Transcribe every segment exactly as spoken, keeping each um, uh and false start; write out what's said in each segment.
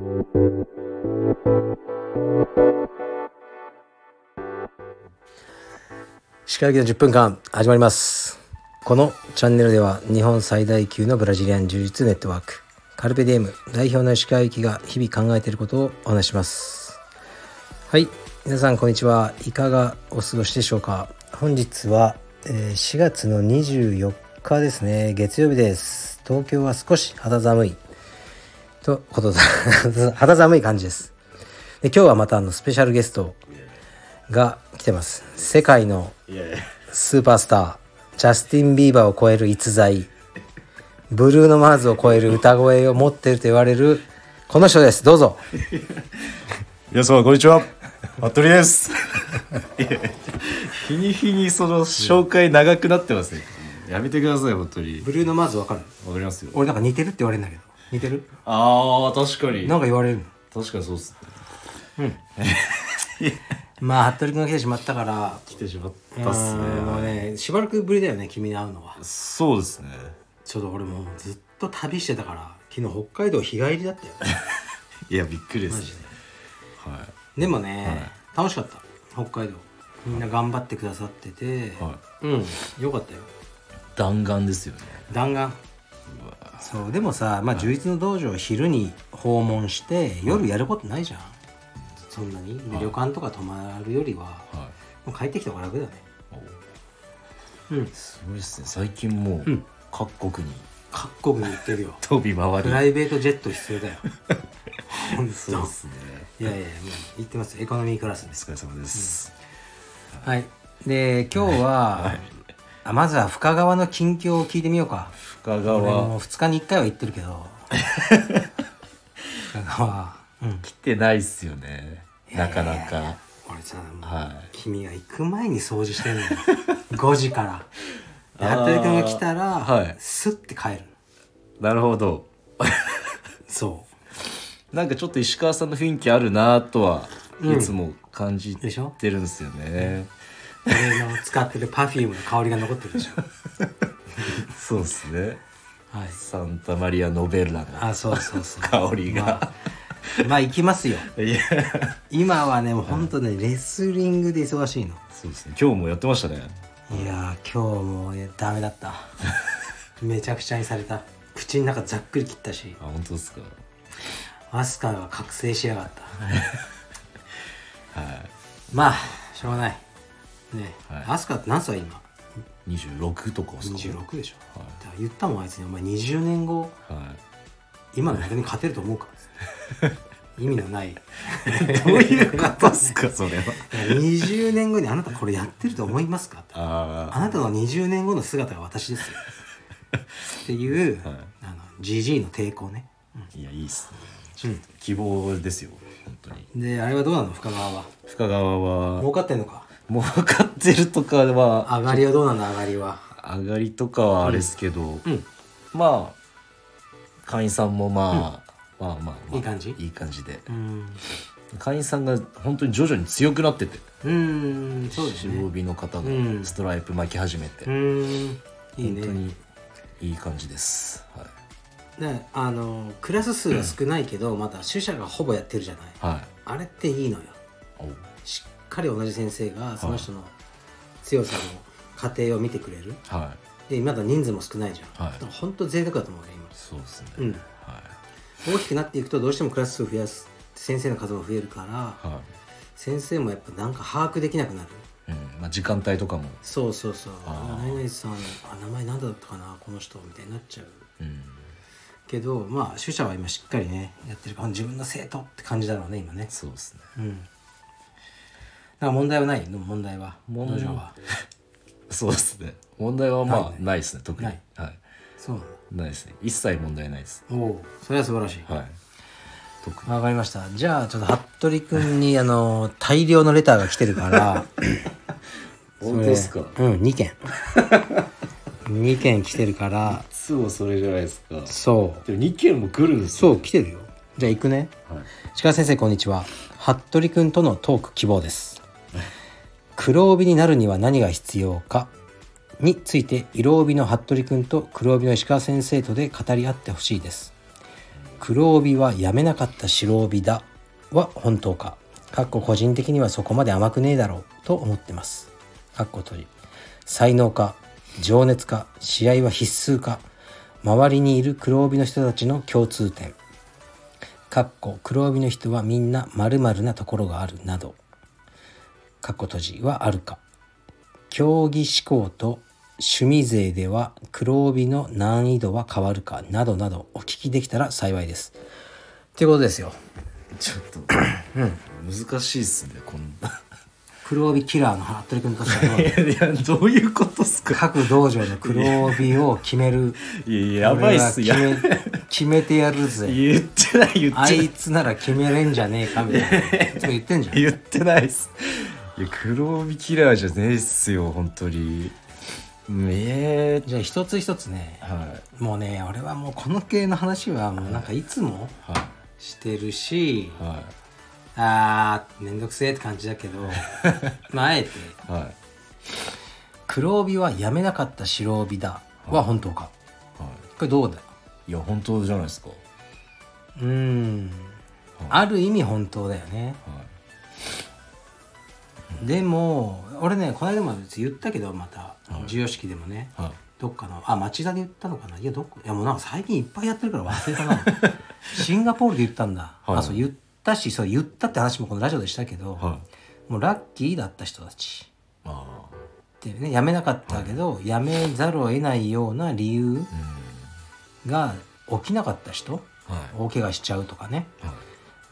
歯科医のじゅっぷんかん始まります。このチャンネルでは日本最大級のブラジリアン柔術ネットワークカルペディエム代表の石川由紀が日々考えていることをお話します。はい、皆さんこんにちは。いかがお過ごしでしょうか。本日は、えー、しがつのにじゅうよっかですね。月曜日です。東京は少し肌寒いとこと肌寒い感じです。で今日はまたあのスペシャルゲストが来てます。世界のスーパースタージャスティン・ビーバーを超える逸材、ブルーノ・マーズを超える歌声を持っていると言われるこの人です。どうぞ。 皆様こんにちは、服部です。日に日にその紹介長くなってますね。やめてください本当に。 ブルーノ・マーズわかる？ わかりますよ。 俺なんか似てるって言われるんだけど。似てる？ あー確かに。 なんか言われる。 確かにそうっすね。うんまあ服部君が来てしまったから来てしまったっすね。 もうねしばらくぶりだよね君に会うのは。 そうですね。 ちょっと俺もうずっと旅してたから昨日北海道日帰りだったよ。 いやびっくりですね。 はい。でもね、はい、楽しかった。北海道みんな頑張ってくださってて、はい、うんよかったよ。 弾丸ですよね。 弾丸。そうでもさ、まあ充実の道場を昼に訪問して夜やることないじゃん。そんなに、はい、旅館とか泊まるよりは、はい、もう帰ってきた方が楽だね。 うん、すごいですね。最近もう、うん、各国に各国に行ってるよ。 飛び回る。 プライベートジェット必要だよ。 本当そうですね。 いやいやもう行ってます。エコノミークラスです。 お疲れ様です。 うん、はい。で今日は、はい、あまずは深川の近況を聞いてみようか。 深川もうふつかにいっかいは行ってるけど深川、うん、 来てないっすよね。なかなか。いやいやいや俺さ、はい、君が行く前に掃除してんのよ。ごじからで服部君が来たら、はい、スッて帰る。 なるほど。 そうなんかちょっと石川さんの雰囲気あるなとはいつも感じてるんですよね。 うん、俺の使ってるパフュームの香りが残ってるでしょ。 そうですね、 はい、 サンタマリア・ノベッラのあそうそうそう香りが、 まあ、まあ行きますよ。いや今はねもうほんとね、うん、レスリングで忙しいの。 そうですね。今日もやってましたね。 いや今日も、ね、ダメだった。めちゃくちゃにされた。口の中ざっくり切ったし。 あ本当ですか。 アスカが覚醒しやがった。 はい、 まあしょうがないね、はい、アスカって何歳今？ にじゅうろくとかですか。 にじゅうろくでしょ、はい、だから言ったもんあいつにお前にじゅうねんご、はい、今の俺に勝てると思うか。意味のないどういうことですかそれは。 にじゅうねんごにあなたこれやってると思いますかって。 ああなたのにじゅうねんごの姿が私ですよっていう、はい、あのジジイの抵抗ね、 うん、いやいいっすね、うん、希望ですよ本当に。 であれはどうなの深川は。 深川は儲かってんのか。 儲かってるとかは。 上がりはどうなの。上がりは上がりとかはあれですけど、うんうん、まあ会員さんもまあ、うん、まあまあ、まあ、 いい感じいい感じで、 うん、 会員さんが本当に徐々に強くなってて、 うんそうですね。 白帯の方がストライプ巻き始めて、うん、いいね。本当にいい感じです、はい。 であのクラス数は少ないけど、うん、まだ主者がほぼやってるじゃない、はい、あれっていいのよ。しっかり同じ先生がその人の強さの過程を見てくれる、はい、でまだ人数も少ないじゃん、はい、だから本当贅沢だと思うね今。 そうですね、 うん、はい、大きくなっていくとどうしてもクラス数を増やす先生の数も増えるから、はい、先生もやっぱなんか把握できなくなる、 うんまあ、時間帯とかも。 そうそうそう。何々さんあ名前何だったかなこの人みたいになっちゃう、うん、けどまあ主者は今しっかりねやってるから自分の生徒って感じだろうね今ね。 そうですね、 うん、だから問題はないの。問題は道場はそうですね。問題はまあ、はい、ないですね特に。ない、はい、 そうなんだ。 ないですね。一切問題ないです。 おおそれは素晴らしい。 はい。 特にわかりました。じゃあちょっと服部君にあの大量のレターが来てるから本当ですか。 うんにけんにけん来てるからいつもそれじゃないですか。 そうでもにけんも来るんですよ、 ね、そう来てるよ。じゃあ行くね、はい、鹿先生こんにちは。服部君とのトーク希望です。黒帯になるには何が必要かについて色帯の服部君と黒帯の石川先生とで語り合ってほしいです。 黒帯はやめなかった白帯だは本当か。かっこ個人的にはそこまで甘くねえだろうと思ってます。かっこ閉じ。才能か情熱か試合は必須か、周りにいる黒帯の人たちの共通点。かっこ黒帯の人はみんな〇〇なところがあるなど。かっこ閉じはあるか。競技志向と趣味勢では黒帯の難易度は変わるかなどなどお聞きできたら幸いです。ってことですよ。 ちょっと、うん、難しいっすねこんな黒帯キラーの服部君としてはいやどういうことっすか。 各道場の黒帯を決めるいやいややばいっす。 決め決めてやるぜ。 言ってない言ってない。 あいつなら決めれんじゃねえかみたいな言ってんじゃん。 言ってないっす。いや黒帯キラーじゃねえっすよ本当に。えー、 じゃあ一つ一つね、 はい、 もうね俺はもうこの系の話はもうなんかいつもしてるし、はいはい、あーめんどくせえって感じだけどまああえて、はい、黒帯はやめなかった白帯だは本当か、はい、これどうだよ。 いや本当じゃないですか。 うーん、はい、ある意味本当だよね、はい、でも俺ねこの間も言ったけどまた、はい、授与式でもね、はい、どっかのあ町田で言ったのかな。いやどこいやもうなんか最近いっぱいやってるから忘れたなシンガポールで言ったんだ、はい、あそう言ったしそう言ったって話もこのラジオでしたけど、はい、もうラッキーだった人たちあで、ね、辞めなかったけど、はい、辞めざるを得ないような理由が起きなかった人、はい、大怪我しちゃうとかね、はい、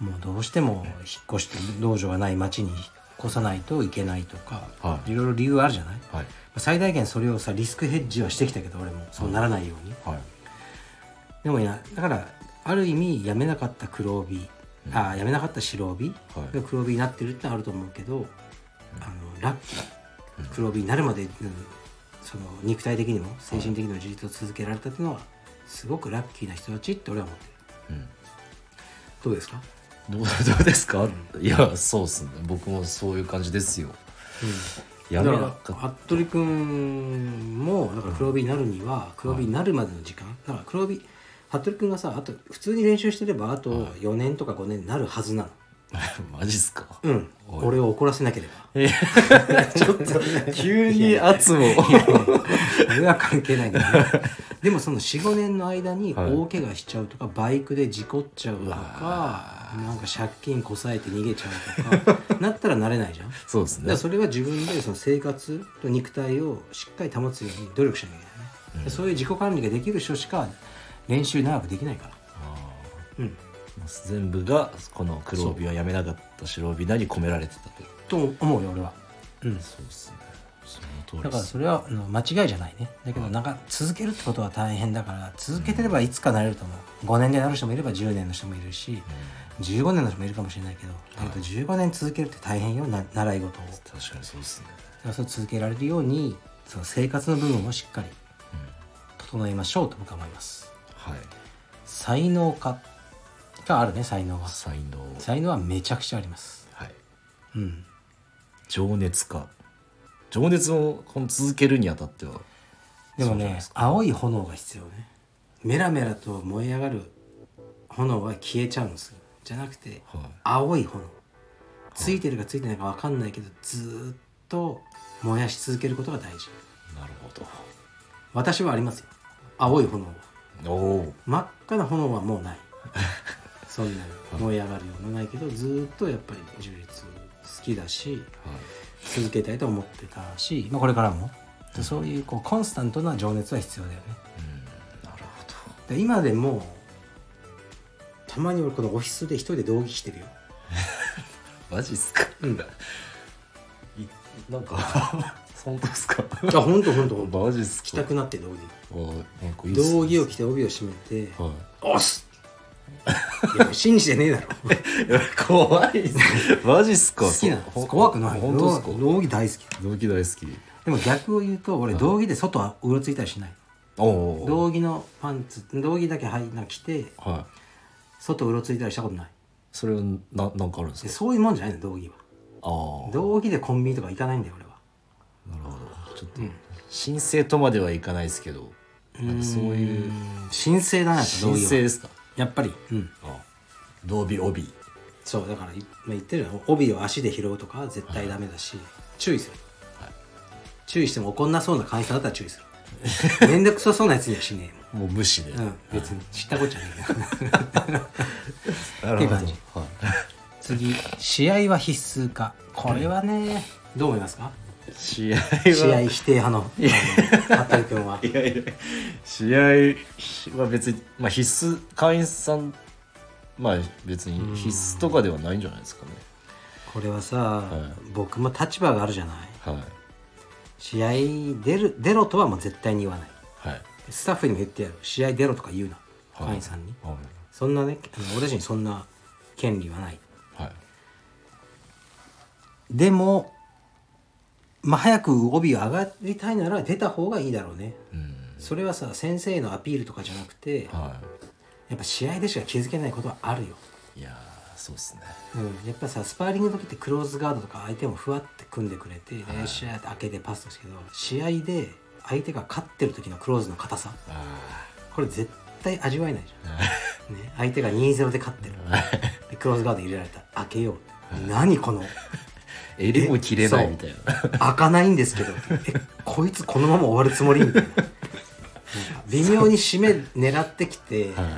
もうどうしても引っ越して道場がない町に引っ越さないといけないとか、はい、いろいろ理由あるじゃない、はい、最大限それをさリスクヘッジはしてきたけど俺もそうならないように、はい、でもやだからある意味辞めなかった黒帯、うん、あ辞めなかった白帯が黒帯になってるってあると思うけど、うん、あのラッキー黒帯になるまで、うん、その肉体的にも精神的にも自立を続けられたっていうのはすごくラッキーな人たちって俺は思ってる、うん、どうですか。 どう、どうですか、うん、いやそうっすね僕もそういう感じですよ、 うん、やめなかった服部君もだから黒帯になるには黒帯になるまでの時間、はい、だから黒帯服部君がさあと普通に練習してればあとよねんとかごねんになるはずなの。 マジっすか。 うん俺を怒らせなければちょっと急に圧を俺は関係ないんだよねでもその よん,ご 年の間に大怪我しちゃうとか、はい、バイクで事故っちゃうとかなんか借金こさえて逃げちゃうとかなったらなれないじゃん。 そうですね。 だからそれは自分でその生活と肉体をしっかり保つように努力しなきゃいけないね、うん、そういう自己管理ができる人しか練習長くできないから。あ、 うん、全部がこの黒帯はやめなかった白帯だに込められてたとと思うよ俺は、 うん、そうですね。その通りです。 だからそれは間違いじゃないね。だけどなんか続けるってことは大変だから続けてればいつかなれると思う、うん、ごねんでなる人もいればじゅうねんの人もいるし、うん、じゅうごねんの人もいるかもしれないけど、だけどじゅうごねん続けるって大変よな習い事を。 確かにそうですね。 だからそれ続けられるようにその生活の部分をしっかり整えましょうと僕は思います、うん、はい。才能かがあるね。才能は才能才能はめちゃくちゃあります、はい。 うん、情熱か情熱を続けるにあたってはでもね青い炎が必要ね。メラメラと燃え上がる炎は消えちゃうんですよ。じゃなくて、はい、青い炎ついてるかついてないか分かんないけど、はい、ずっと燃やし続けることが大事。 なるほど。 私はありますよ青い炎は。 お真っ赤な炎はもうないそんなに燃え上がるようなないけどずっとやっぱり充実好きだし、はい、続けたいと思ってたし、まあ、これからも、うん、そういう、こうコンスタントな情熱は必要だよね、 うん、なるほど。 で今でもたまに俺このオフィスで一人で道着着てるよマジっすか。 うんなんか本当ですか。 あ本当本当本当マジっすか。 着たくなって道着なんかいいっすね。 道着を着て帯を締めて、はい、おっすいや信じてねえだろ怖いマジっすか。 好きなの。怖くない。 本当ですか。 道着大好き。 道着大好き。 でも逆を言うと俺道着で外はうろついたりしない。お道着のパンツ道着だけ履いな着て、はい、外うろついたりしたことない。 それはななんかあるんですか。 そういうもんじゃないの道着は。あ道着でコンビニとか行かないんだよ俺は。 なるほど。ちょっと、うん、神聖とまではいかないですけどなんかそういう神聖だな。 神聖ですか。 やっぱり、うん、 あ同尾帯。 そうだから、まあ、言ってるの帯を足で拾うとかは絶対ダメだし、はい、注意する、はい、注意しても怒んなそうな会員さんだったら注意するめんどくさそうなやつにはしねえもんもう無視で、 うん、別に知ったこっちゃねえなるほどっていう感じ、 はい、 次試合は必須か。これはね、どう思いますか？ 試合は試合否定派の服部君は。 いやいや試合は別に、まあ、必須会員さんまあ別に必須とかではないんじゃないですかね。 これはさ、 はい、 僕も立場があるじゃない、 はい、 試合出る出ろとはもう絶対に言わない、 はい、 スタッフにも言ってやる、試合出ろとか言うな、はい、会員さんに、はい、そんなね、俺たちにそんな権利はない、はい、でもまあ早く帯を上がりたいなら出た方がいいだろうね。うんそれはさ先生のアピールとかじゃなくて、はい、やっぱ試合でしか気づけないことはあるよ。 いやそうですね、 うん、やっぱさスパーリングの時ってクローズガードとか相手もふわって組んでくれて、はい、試合って開けてパスですけど、試合で相手が勝ってる時のクローズの硬さ、これ絶対味わえないじゃん、ね、相手が にたいゼロ で勝ってるでクローズガード入れられた、開けよう、何この襟も切れないみたいな、 開かないんですけどえこいつこのまま終わるつもりみたいな微妙に締め狙ってきて、はい、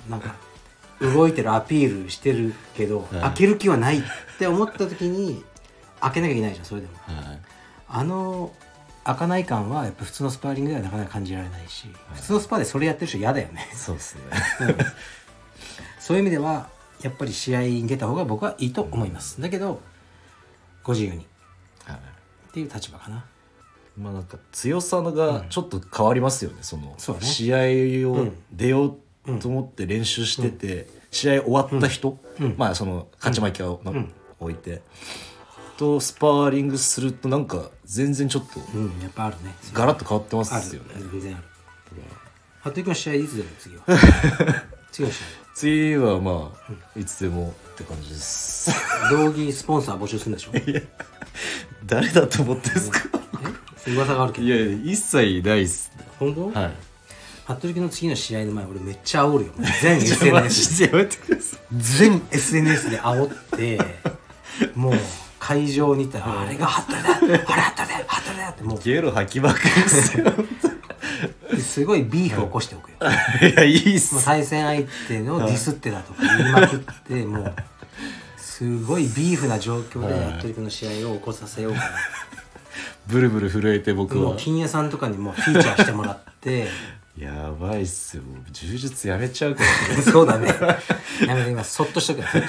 なんか動いてるアピールしてるけど、はい、開ける気はないって思った時に開けなきゃいけないじゃん、それでも、はい、あの開かない感はやっぱ普通のスパーリングではなかなか感じられないし、はい、普通のスパでそれやってる人嫌だよね。 そうですね、うん、 そういう意味ではやっぱり試合に出た方が僕はいいと思います、うん、だけどご自由に、はい、っていう立場かな。 まあなんか強さがちょっと変わりますよね、うん、そのそうね、試合を出ようと思って練習してて、うん、試合終わった人、うん、まあその勝ち負けを置いて、うん、とスパーリングするとなんか全然ちょっと、うん、 やっぱあるね、 ガラッと変わってますよね。 全然ある。服部君の試合いつ出るの次は次の試合次はまあ、うん、いつでもって感じです。 道着スポンサー募集するんでしょいや誰だと思ってんですか。 え噂があるけど。 いやいや一切ないっす、ね、 本当？ はい。 服部君の次の試合の前俺めっちゃ煽るよ。全 エスエヌエス でやめてください。 全 エスエヌエス で煽ってもう会場にいたらあれが服部だあれ服部だ服部だってもうゲロ吐きまくりですよ。 すごいビーフを起こしておくよ。 いやいいっす。 もう対戦相手のディスってだとか言いまくってもうすごいビーフな状況で服部君の試合を起こさせようかな。 ブルブル震えて僕はもう金屋さんとかにもうフィーチャーしてもらってやばいっすよ、柔術やめちゃうから、 ね、そうだねやめて今そっとしとくはい、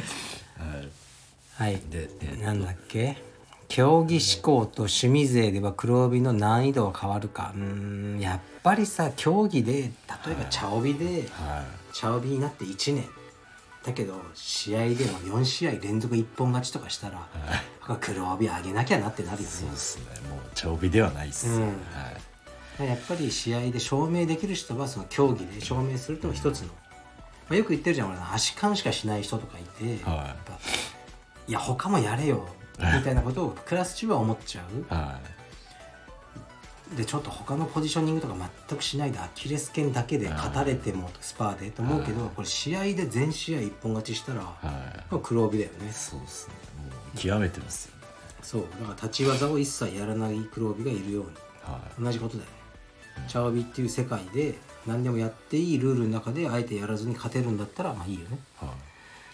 はい、ででなんだっけ、競技志向と趣味勢では黒帯の難易度は変わるか。うーんやっぱりさ競技で例えば茶帯で、はい、茶帯になっていちねんだけど試合でもよん試合連続一本勝ちとかしたら、はい、黒帯上げなきゃなってなるよね。 そうですね、もう茶帯ではないっす、うんはい、やっぱり試合で証明できる人はその競技で証明すると一つの、まあ、よく言ってるじゃん、俺足換しかしない人とかいて、はい、やっぱいや他もやれよみたいなことをクラス中は思っちゃう、はい、でちょっと他のポジショニングとか全くしないでアキレス腱だけで勝たれてもスパーでと思うけど、はい、これ試合で全試合一本勝ちしたら、はい、黒帯だよね。 そうですね、もう極めてますよね。 そうだから立ち技を一切やらない黒帯がいるように、はい、同じことだよね。茶帯っていう世界で何でもやっていいルールの中であえてやらずに勝てるんだったらまあいいよね、はい、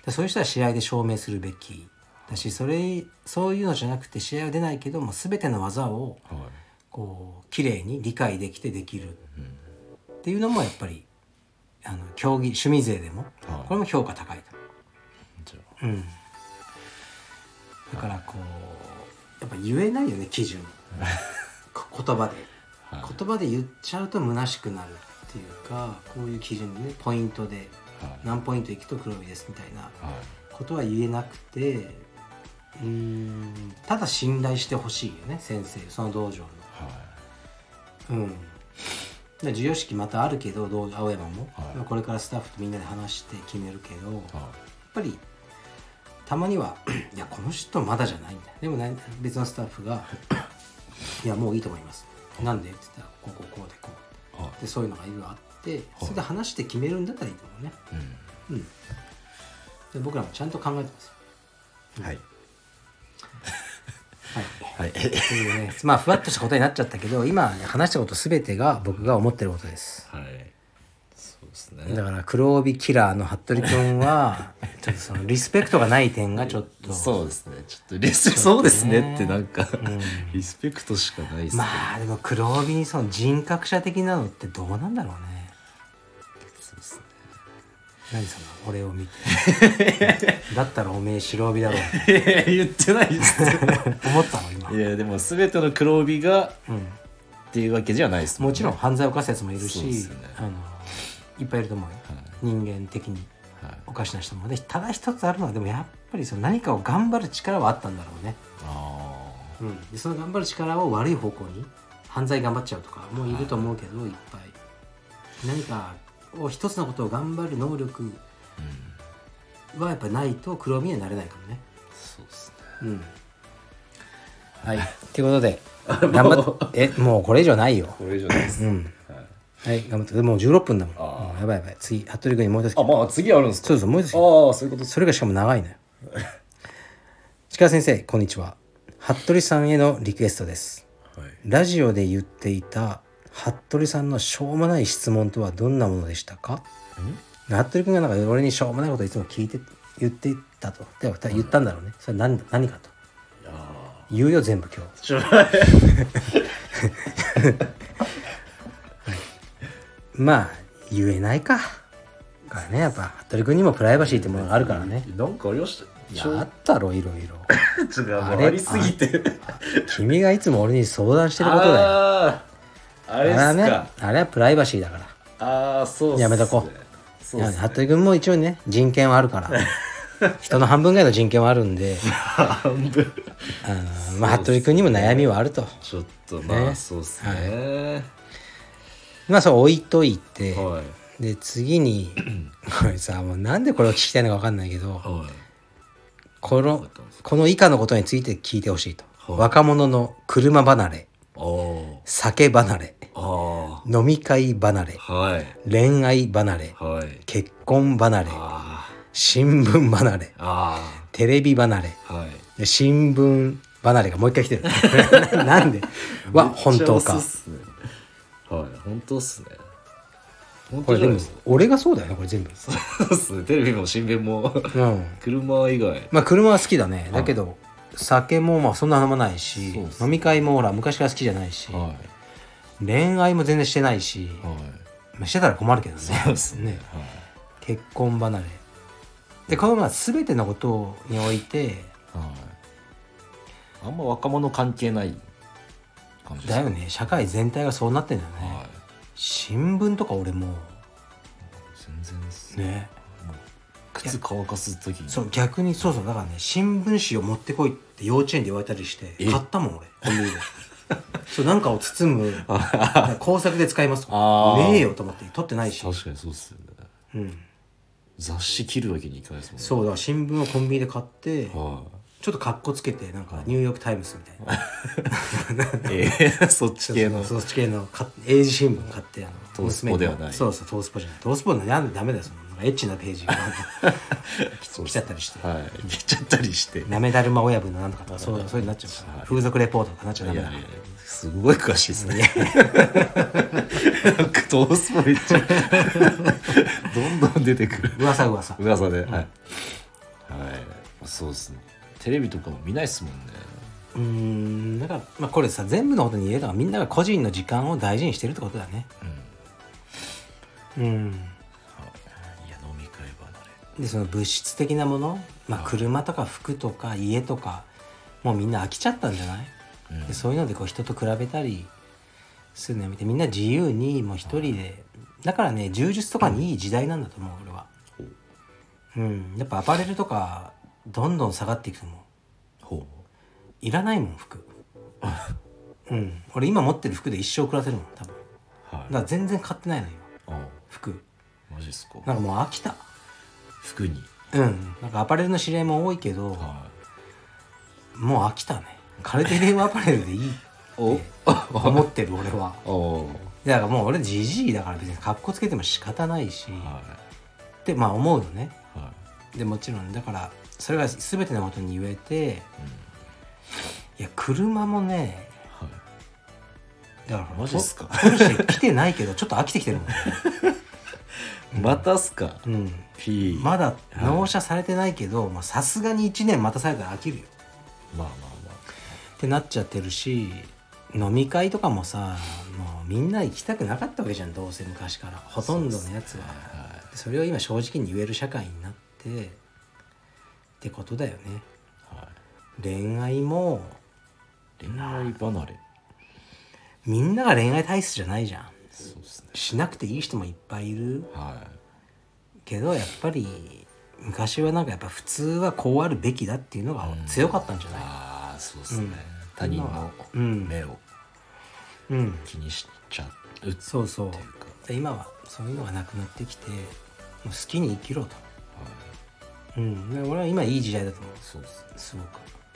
でそういう人は試合で証明するべきだし、それそういうのじゃなくて試合は出ないけども全ての技をこう綺麗に理解できてできるっていうのもやっぱりあの競技趣味勢でもこれも評価高いと、うん、だからこうやっぱ言えないよね基準言葉で言葉で言っちゃうと虚しくなるっていうか、こういう基準でねポイントで何ポイントいくと黒帯ですみたいなことは言えなくて、うーんただ信頼してほしいよね先生その道場の、はい、うんで授与式またあるけど青山も、はい、これからスタッフとみんなで話して決めるけど、はい、やっぱりたまにはいやこの人まだじゃないんだでも、ね、別のスタッフがいやもういいと思いますなんでって言ったらこうこうこうでこう、はい、でそういうのがいろいろあって、それで話して決めるんだったらいいと思うね。うん、うん、で僕らもちゃんと考えてますよ。 うん、はいはい、はい、というね、まあふわっとした答えになっちゃったけど、今話したこと全てが僕が思ってることです。 はい、そうですね。 だから黒帯キラーの服部君はちょっとそのリスペクトがない点がちょっとそうですね、ちょっとリスそうですねってなんか、うん、リスペクトしかないですね。 まあでも黒帯にその人格者的なのってどうなんだろうね。 そうですね。 何その俺を見てだったらおめえ白帯だろうって言ってないです思ったの今。 いやでも全ての黒帯が、うん、っていうわけじゃないですもんね。 もちろん犯罪を犯すやつもいるし、 ね、 あのいっぱいいると思うよ、はい、人間的におかしな人も。でただ一つあるのはでもやっぱりその何かを頑張る力はあったんだろうね。 あ、 うん、でその頑張る力を悪い方向に犯罪頑張っちゃうとかもいると思うけど、はい、いっぱい何かを一つのことを頑張る能力はやっぱないと黒帯にはなれないからね。 そうですね、 うん、はいっていうことで頑張ってえもうこれ以上ないよ。 これ以上ないです、 うんはい、頑張って。もうじゅうろっぷんだもん。もうやばいやばい。次、服部君にもう一つ。 あ、まあ次あるんですか。 そうそう、もう一つ。 ああ、そういうこと。 それがしかも長いのよ。鹿先生、こんにちは。服部さんへのリクエストです。はい、ラジオで言っていた服部さんのしょうもない質問とはどんなものでしたか？ん服部君がなんか俺にしょうもないことをいつも聞いて言っていたと。では言ったんだろうね。それ何何かと。言うよ全部今日。ちょまあ言えないかからね。やっぱ服部君にもプライバシーってものがあるからね。 なんかありました？ いやあったろいろいろ。 ちょっとあれありすぎて君がいつも俺に相談してることだよ。 ああれっすか。 あれはね、あれはプライバシーだから。 ああそうっすね。 やめとこう。そうっすね。服部君も一応ね人権はあるから。人の半分ぐらいの人権はあるんで。半分。あのまあ服部君にも悩みはあると。 ちょっとまあ、ね、そうっすね。はいまあそう置いといて、 はい、 で次にこれさもうなんでこれを聞きたいのか分かんないけど、はい、このこの以下のことについて聞いてほしいと、はい、若者の車離れ、酒離れ、飲み会離れ、はい、恋愛離れ、はい、結婚離れ、新聞離れ、テレビ離れ、はい、新聞離れがもう一回来てるなんでは本当か。 はい、本当っすね。 本当じゃないですか。これでも俺がそうだよねこれ全部。 そうっすね。テレビも新聞も、うん、車以外。 まあ車は好きだね。だけど酒もまあそんな飲まないし、飲み会もほら昔から好きじゃないし、はい、恋愛も全然してないし、はいまあ、してたら困るけどね。 そうですね。はい、 結婚離れ。でこのまあ全てのことにおいて、はい、 あんま若者関係ない。 だよね。社会全体がそうなってんだよね、はい、新聞とか俺もう全然ですね。 もう靴乾かす時にそう逆にそうそうだからね新聞紙を持ってこいって幼稚園で言われたりして買ったもん俺コンビニでそうなんかを包む工作で使いますとかねえよと思って取ってないし。 確かにそうっすよね、うん、雑誌切るわけにいかないですもんね。 そうだから新聞をコンビニで買って、はあちょっとカッコつけてなんかニューヨークタイムズみたいなえー、そっち系のそっち系の英字新聞買ってあのトースポではない。 そうそうトースポじゃない。トースポなんでダメだよそのエッチなページが来ちゃったりして、 はい、来ちゃったりしてなめだるま親分のなんとかとかそうそういうのなっちゃうから、はい、風俗レポートとかなっちゃダメだから。いやいやすごい詳しいですねなんかトースポめっちゃどんどん出てくる噂噂噂で、うん、はい、はい、そうですね。テレビとかも見ないっすもんね。 うーんだから、まあ、これさ全部のことに言えるのはみんなが個人の時間を大事にしてるってことだね。うん、うん、いや飲み会離れでその物質的なもの、まあ、車とか服とか家とかもうみんな飽きちゃったんじゃない、うん、でそういうのでこう人と比べたりするのやめてみんな自由にもう一人でだからね充実とかにいい時代なんだと思う俺は。うんやっぱアパレルとかどんどん下がっていくと思う。ほういらないもん服うん俺今持ってる服で一生暮らせるもん多分、はい、だから全然買ってないの今服。 マジっすか。 なんかもう飽きた服に。 うんなんかアパレルの知り合いも多いけど、はい、もう飽きたね。カルティレンアパレルでいいって思ってる俺は。 だからもう俺ジジイだから別にカッコつけても仕方ないし、 はってまあ思うのね。 いはでもちろんだからそれが全てのことに言えて、 い、うん、 いや車もね、 はい、 だからマジっすか。 ポルシェ来てないけどちょっと飽きてきてるもんね。 またっすか、 うん、 P まだ納車されてないけどさすがにいちねん待たされたら飽きるよまあまあまってなっちゃってるし、飲み会とかもさもうみんな行きたくなかったわけじゃん、どうせ昔からほとんどのやつは。 あ、はい、 それを今正直に言える社会になってってことだよね。 はい、 恋愛も恋愛離れ、 みんなが恋愛体質じゃないじゃん。 そうですね、 しなくていい人もいっぱいいるはい、 けど、やっぱり昔はなんかやっぱ普通はこうあるべきだっていうのが強かったんじゃない、 ああそうですね、 うん他人のうん目をうん気にしちゃうっていうか、 そうそうで今はそういうのがなくなってきてもう好きに生きろと、 はい、 うんで俺は今いい時代だと思う。 そうですね、 すごく。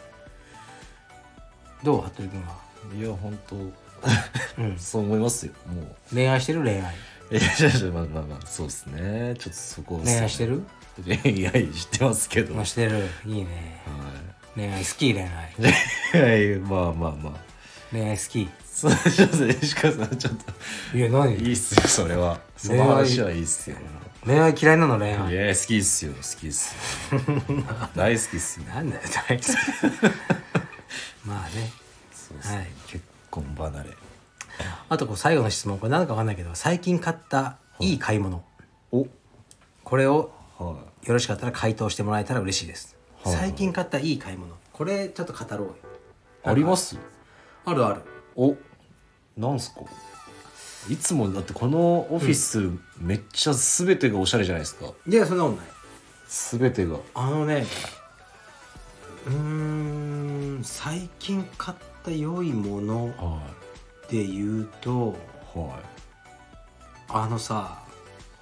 どう服部君は、 いや本当、 うん、 そう思いますよ。もう恋愛してる？恋愛いやいやいや、まあまあまあそうですね、ちょっとそこ恋愛してる？ 恋愛してますけど、 まあしてる。いいね。 は恋愛好き。恋愛い、いやいやまあまあまあ恋愛好き。 そうちょっと石川さんちょっといや何いいっすよそれは、その話はいいっすよ。 恋愛嫌いなの？恋愛いや好きっすよ、好きっすよ大好きっすよ。 なんだよ大好きまあね。 そうですね、 はい、 結婚離れ。 あとこう最後の質問、これ何か分かんないけど、最近買ったいい買い物、 お、 これをはよろしかったら回答してもらえたら嬉しいです、 はいはい、 最近買ったいい買い物、これちょっと語ろうよ。 い、あります？ あるある。 お、なんすか？いつもだってこのオフィス、うん、めっちゃ全てがおしゃれじゃないですか。 いやそんなことない。 全てがあのね、うーん最近買った良いもので言うと、 はい、 あのさ、はい、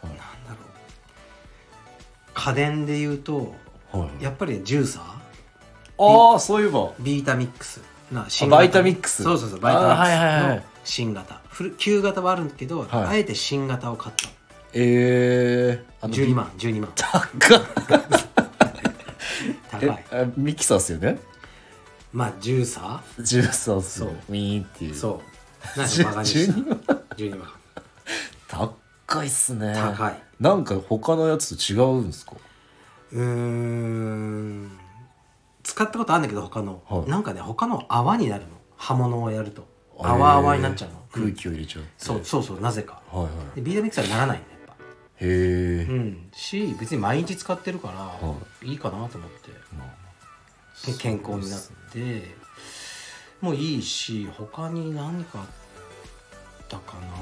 なんだろう、家電で言うと、はい、やっぱりジューサー、 ああそういえばビータミックスな新型、バイタミックス、 そうそうそう、バイタミックスの新型、旧型はあるんだけど、はい、あえて新型を買った。 えー、 あのじゅうにまんじゅうにまん高っ高い。 えミキサーっすよね。 まあジューサージューサーっすそうウィーンっていう。 そうなんかバカにした。じゅうにまんじゅうにまん高いっすね。 高い。 なんか他のやつと違うんですか？ うーん使ったことあるんだけど他の、はい、なんかね他の泡になるの、刃物をやると泡泡になっちゃうの、 空気を入れちゃう、うん、 そうそうそう、なぜか、はいはい、でビータミックスはならないねやっぱ。 へえ、 うん、し別に毎日使ってるから、はい、いいかなと思って、まあ、で健康になって、ね、もういいし、他に何かあったかな。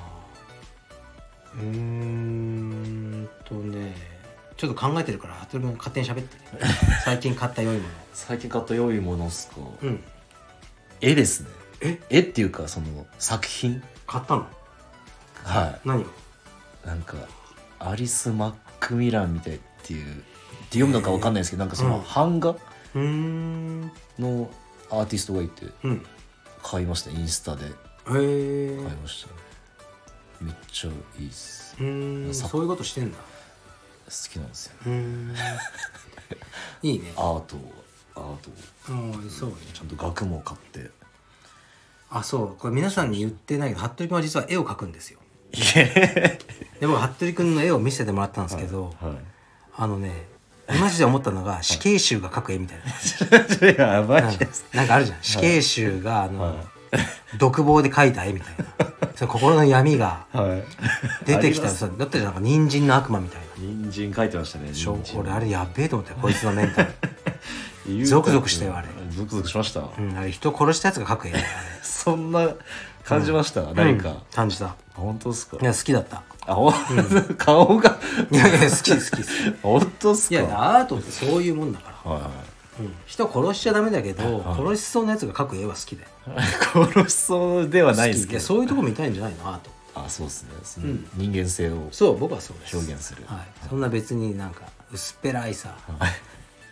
うーんとねちょっと考えてるから服部君勝手に喋って、ね、最近買った良いもの最近買った良いものっすか？ うん、 絵ですね。 え絵っていうかその作品買ったの？ はい。 何を？ なんかアリス・マックミランみたいっていうって読むのか分かんないですけど、なんかその版画のアーティストがいて、うん、買いました。インスタで買いました。めっちゃいいっす。 うーんそういうことしてんだ。 好きなんですよ。 うーんいいね。 アートアートうんそうね。 ちゃんと額も買って。 あそうこれ皆さんに言ってないけど服部君は実は絵を描くんですよ。で僕服部君の絵を見せてもらったんですけど、はいはい、あのねマジで思ったのが死刑囚が描く絵みたいなやばいです。 なんかあるじゃん、死刑囚があの、はい、独房で描いた絵みたいなその心の闇が出てきたらさ、はい、だったじゃん、なんか人参の悪魔みたいな人参描いてましたね。 俺あれやべえと思ったよこいつのメンタルゾクゾクしたよあれ。 ゾクゾクしました、 うん、あれ人殺したやつが描く絵だからねそんな感じました、うん、何か、うん、 感じた。 本当ですか？ いや好きだった。 あ、ほ、うん、顔がいやいや好き好き好き本当っすか？ いやアートってそういうもんだから、はいはい、うん、人殺しちゃダメだけど、はい、殺しそうなやつが描く絵は好きだよ殺しそうではないですけど、 そういうとこ見たいんじゃないのアート。 あ、そうですね、その人間性をそう僕はそうです表現する、 はいはい、そんな別になんか薄っぺらいさ、はい、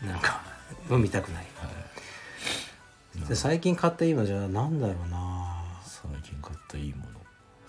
なんかの見たくない、はい、で最近買ったいいものじゃなんだろうな。 最近買ったいいもの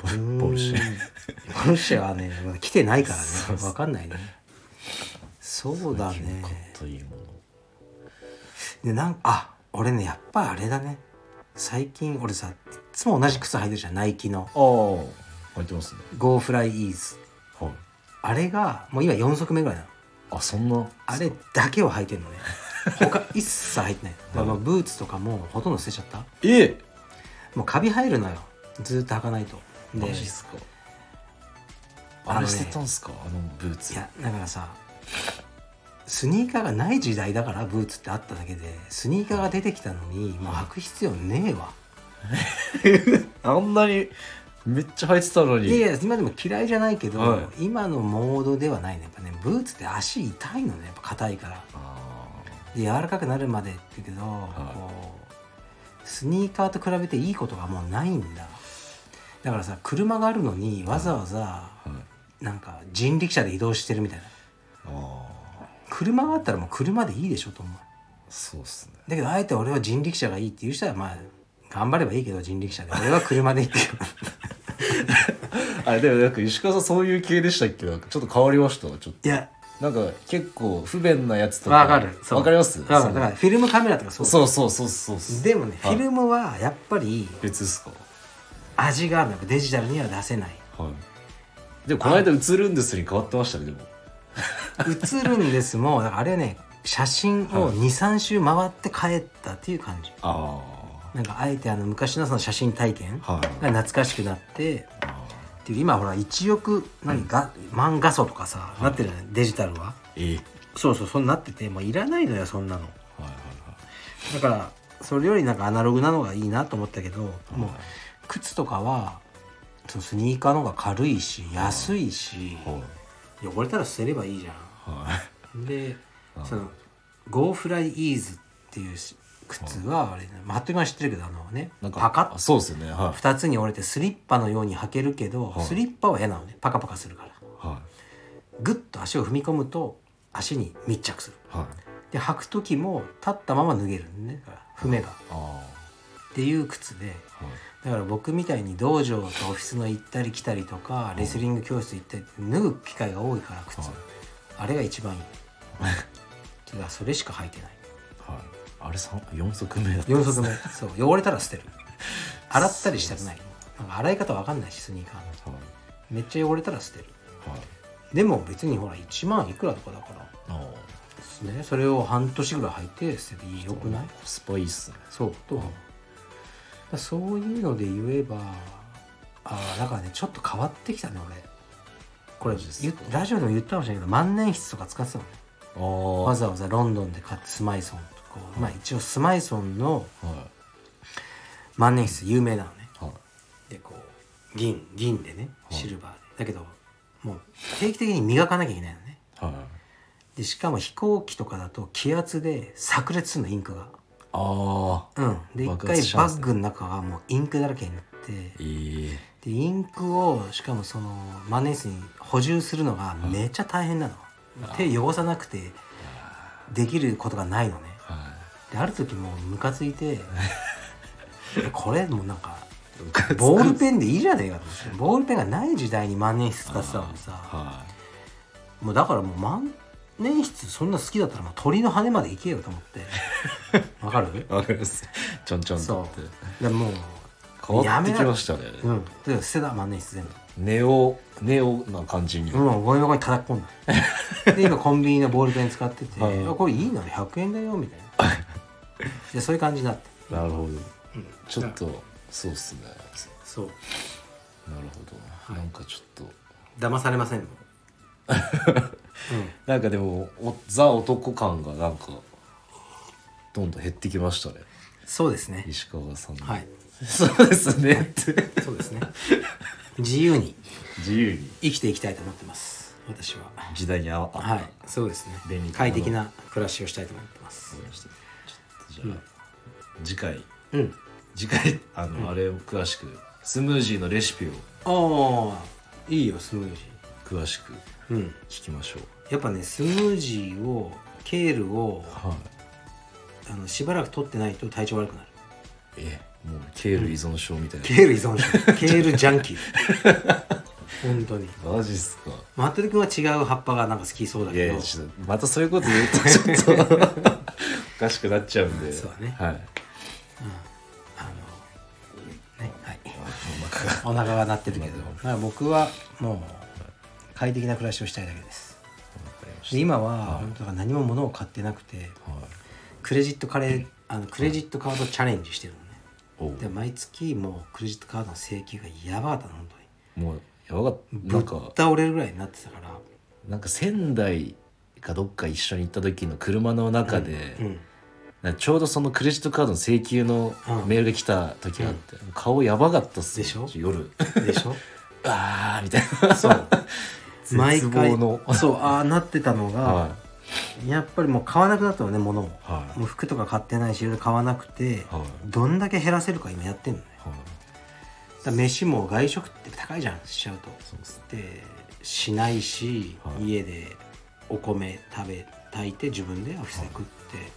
ポルシェポルシェはねまだ来てないからねそうそう分かんないね。そうだね。 買ったいいものでなんかあ俺ねやっぱあれだね、最近俺さいつも同じ靴履いてるじゃん、ナイキのああ入ってますね。 ゴーフライイーズ、 はい。 あれがもう今よん足目ぐらいなの。 あそんなあれだけを履いてるのね他一切履いてない。だからまあブーツとかもほとんど捨てちゃった。 ええもうカビ入るのよ、ずっと履かないと。でマジっすか。 あのねあれ捨てたんすか、あのブーツ。 いやだからさスニーカーがない時代だからブーツってあっただけで、スニーカーが出てきたのにもう履く必要ねえわ。 あんなにめっちゃ履いてたのに。 いやいや今でも嫌いじゃないけど、 はい今のモードではないね。やっぱねブーツって足痛いのね、やっぱ硬いからあで柔らかくなるまでって言うけど、 いこうスニーカーと比べていいことがもうないんだ。だからさ車があるのにわざわざはいなんか人力車で移動してるみたいな。 あ車があったらもう車でいいでしょと思う。 そうっすね。 だけどあえて俺は人力車がいいっていう人はまあ頑張ればいいけど人力車で、俺は車で行ってるあれでもなんか石川さんそういう系でしたっけ。なんかちょっと変わりましたちょっと。 いやなんか結構不便なやつとかわかる。そうわかります。 わかる。だからフィルムカメラとかそうそうそうそうそうそう。 でもね、 はいフィルムはやっぱり別ですか。 味があるの。やっぱデジタルには出せない。 はいでもこの間映るんですに変わってましたね。でも映るんですもだからあれね写真をにさん周回って帰ったっていう感じ。 あなんかあえてあの昔のその写真体験あはいが懐かしくなってあっていう、今ほらいちおく何が万画素とかさなってるじゃないデジタルは。 ーええそうそうそうなっててもういらないのよそんなの。 はいはいだからそれよりなんかアナログなのがいいなと思ったけど、もうはい靴とかはそのスニーカーの方が軽いし安いし、 はい汚れたら捨てればいいじゃはいん。であそのゴーフライイーズっていう靴はあれね、まあ、服部君は知ってるけどあのねなんかパカッあそうですよね。はいふたつに折れてスリッパのように履けるけど、 はいスリッパは嫌なのね、パカパカするからはグッと足を踏み込むと足に密着する。 いはいで履く時も立ったまま脱げるんね、だから踏めばあっていう靴で、 あはいだから僕みたいに道場とオフィスの行ったり来たりとかレスリング教室行ったりって脱ぐ機会が多いから靴、 はいあれが一番いい。てかそれしか履いてない。 はいあれ三四足目だったよん足目そう汚れたら捨てる。洗ったりしたくない。なんか洗い方わかんないしスニーカーのはいめっちゃ汚れたら捨てる。 はいでも別にほらいちまんいくらとかだからあですね、それを半年ぐらい履いて捨てていいよくない？ コスパいいっすね。 そうと、だからそういうので言えばあーだからねちょっと変わってきたね俺。これマジっすか言っラジオでも言ったかもしれないけど万年筆とか使ってたのね。 ああわざわざロンドンで買ってスマイソンとこう、まあ一応スマイソンのは万年筆有名なのね。 いはいでこう銀銀でねはいシルバーで、だけどもう定期的に磨かなきゃいけないのね。 はいでしかも飛行機とかだと気圧で炸裂するのインクが。 ああうん、で一爆回発しますねバッグの中はもうインクだらけになってええでインクをしかもその万年筆に補充するのがめっちゃ大変なの。手汚さなくてできることがないのね。 はである時もうムカついてこれもうなんかいボールペンでいいじゃねえかと思ってボールペンがない時代に万年筆使ってたのにさはもうだからもう万年筆そんな好きだったらもう鳥の羽までいけよと思ってわかる？ いわかりますちょんちょんとってそうでもう変わってきましたね。 うんで捨てた万年筆全部ネオネオな感じに、 うんゴミ箱に叩き込んだで今コンビニのボールペン使ってて、 はいあこれいいなひゃくえんだよみたいなでそういう感じになってなるほど、 うんちょっとそうっすね。 そうなるほど、なんかちょっと騙されませんもん、 なんかでもおザ男感がなんかどんどん減ってきましたねそうですね石川さんの。 はいそうですねってそうですね自由に自由に生きていきたいと思ってます私は。 時代に合わはいそうですね便利な快適な暮らしをしたいと思ってます。 ちょっとじゃあ、次回うん次回あの、あれを詳しくスムージーのレシピをああいいよスムージ詳しくーうん聞きましょう。 やっぱねスムージーをケールをはいあのしばらく取ってないと体調悪くなる。 えもうケール依存症みたいな、 ケール依存症ケールジャンキー本当にマジっすか。 服部君は違う葉っぱがなんか好きそうだいけど、 やいやちょっとまたそういうこと言うとちょっとおかしくなっちゃうんで。 そうだね、 はい、 あのねはいお腹が鳴ってるけど、だから僕はもう快適な暮らしをしたいだけです。で今は本当は何も物を買ってなくて、はい、クレジットカレーあのクレジットカードチャレンジしてるのね。で毎月もうクレジットカードの請求がやばかったの本当に。もうやばかった。なんかぶっ倒れるぐらいになってたから。 なんか仙台かどっか一緒に行った時の車の中で、うんうん、なんかちょうどそのクレジットカードの請求のメールが来た時があって、うん、顔やばかったっすでしょ夜でしょあーみたいなそう毎回のそうああなってたのが、はい、やっぱりもう買わなくなったのね物を、はい、もう服とか買ってないしいろいろ買わなくて、はい、どんだけ減らせるか今やってんのね、はい、だ飯も外食って高いじゃんしちゃうと。そうですでしないし、はい、家でお米食べ炊いて自分でオフィスで食って、はいはい、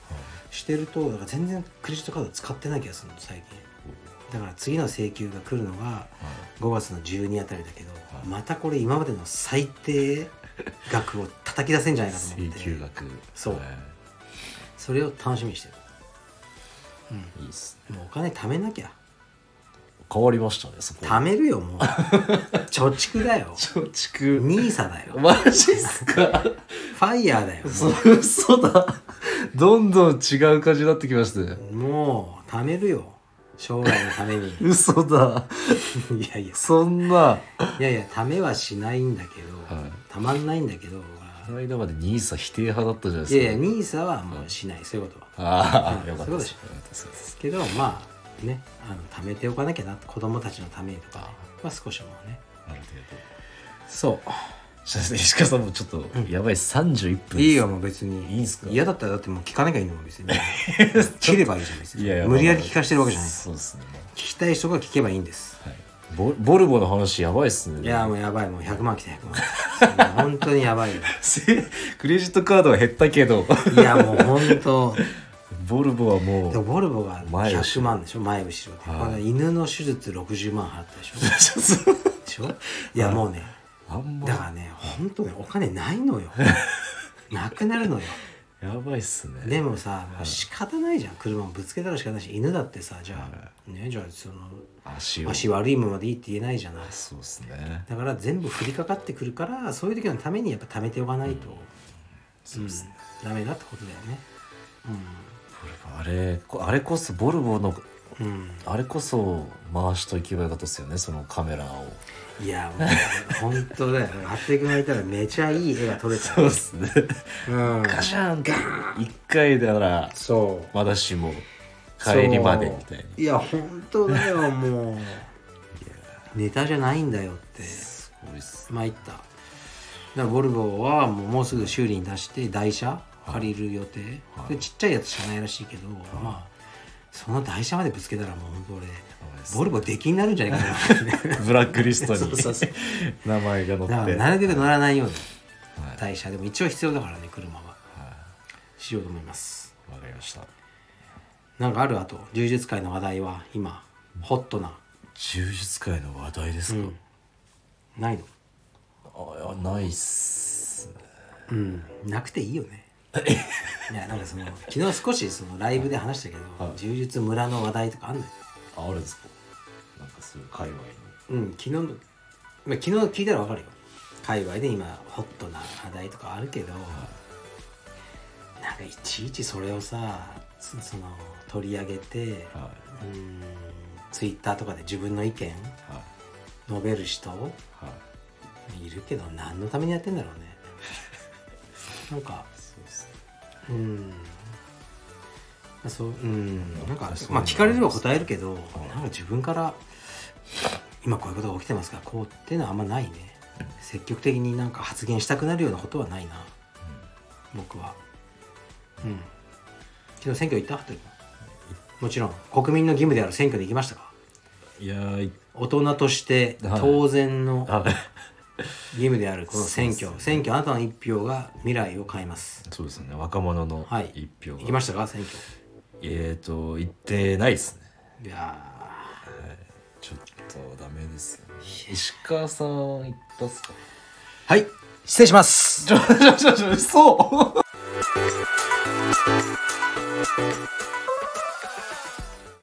してるとだから全然クレジットカード使ってない気がするの最近。だから次の請求が来るのがごがつのじゅうにあたりだけど、はい、またこれ今までの最低額を叩き出せんじゃないかと思って。 請求額そう、はい、それを楽しみにしてる。 うん、いいっすね。もうお金貯めなきゃ。 変わりましたねそこ。 貯めるよもう貯蓄だよ。 貯蓄ニーサだよ。 マジっすかファイヤーだよ。 そうそうだどんどん違う感じになってきましたね。 もう貯めるよ将来のために嘘だいやいやそんないやいやためはしないんだけど、はい、たまんないんだけどこの間までニーサ否定派だったじゃないですか。 いやいやニーサはもうしない、はい、そういうことはああよかったですけどまあねあの貯めておかなきゃな子供たちのためにとかは少しもねある程度そう石川さんもちょっとやばい、うん、さんじゅういっぷんいいよもう別にいいんすか。 嫌だったらだってもう聞かなきゃいいのも別に切ればいいじゃないですか。いやいや無理やり聞かしてるわけじゃない。 そうですね。 聞きたい人が聞けばいいんです、はい、 ボ, ボルボの話やばいっすね。 いやもうやばいもうひゃくまん来てひゃくまん本当にやばいよクレジットカードは減ったけどいやもう本当ボルボはもうでもボルボがひゃくまんでしょ前後ろで、はい、これ犬の手術ろくじゅうまん払ったでしょでしょいやもうねだからね本当ねお金ないのよなくなるのよ。 やばいっすね。 でもさもう仕方ないじゃん、車もぶつけたら仕方ないし犬だってさじゃあ、はい、ねじゃあその 足, 足悪いままでいいって言えないじゃない。 そうっすね。 だから全部降りかかってくるからそういう時のためにやっぱ貯めておかないと、うんそうっすね、 うん、ダメだってことだよね。 うん、あれあれこそボルボの、うん、あれこそ回しといけばよかったですよねそのカメラを。 いやもう本当だよ服部君がいたらめちゃいい絵が撮れた。 そうっすね、うん、ガシャンって一回だからそうまだしも帰りまでみたいに。 いや本当だよもうネタじゃないんだよってすごいっす。参っただからボルボはもう、もうすぐ修理に出して台車借りる予定、はい、でちっちゃいやつしかないらしいけど、はい、まあその台車までぶつけたらもう本当俺ボルボ出禁になるんじゃないかなブラックリストにそうそうそう名前が載ってだからなるべく乗らないように、はい、台車でも一応必要だからね車は、はい、しようと思います。 わかりました。 なんかあるあと柔術界の話題は今ホットな柔術界の話題ですか、うん、 ないの。 あないっすね。 うんなくていいよねいやなんかその昨日少しそのライブで話したけど、はい、柔術村の話題とかあんのよ。 ああるんですか。なんかそういう界隈にうん昨日の、まあ、昨日聞いたら分かるよ界隈で今ホットな話題とかあるけど、はい、なんかいちいちそれをさその取り上げて、はい、うんツイッターとかで自分の意見、はい、述べる人、はい、いるけど何のためにやってんだろうねなんかそうですねうんそううんなんかまあ聞かれれば答えるけど、なんか自分から今こういうことが起きてますからこうっていうのはあんまないね。積極的になんか発言したくなるようなことはないな、うん、僕は。うん昨日選挙行った？もちろん国民の義務である選挙で行きましたか？ いや大人として当然の義務であるこの選挙、選挙あなたの一票が未来を変えます。 そうですね若者の一票が、 はい、行きましたか選挙？ えーと行ってないですね。 いやちょっとダメですよね。石川さん言ったっすか。 はい失礼します。 ちょちょちょちょそう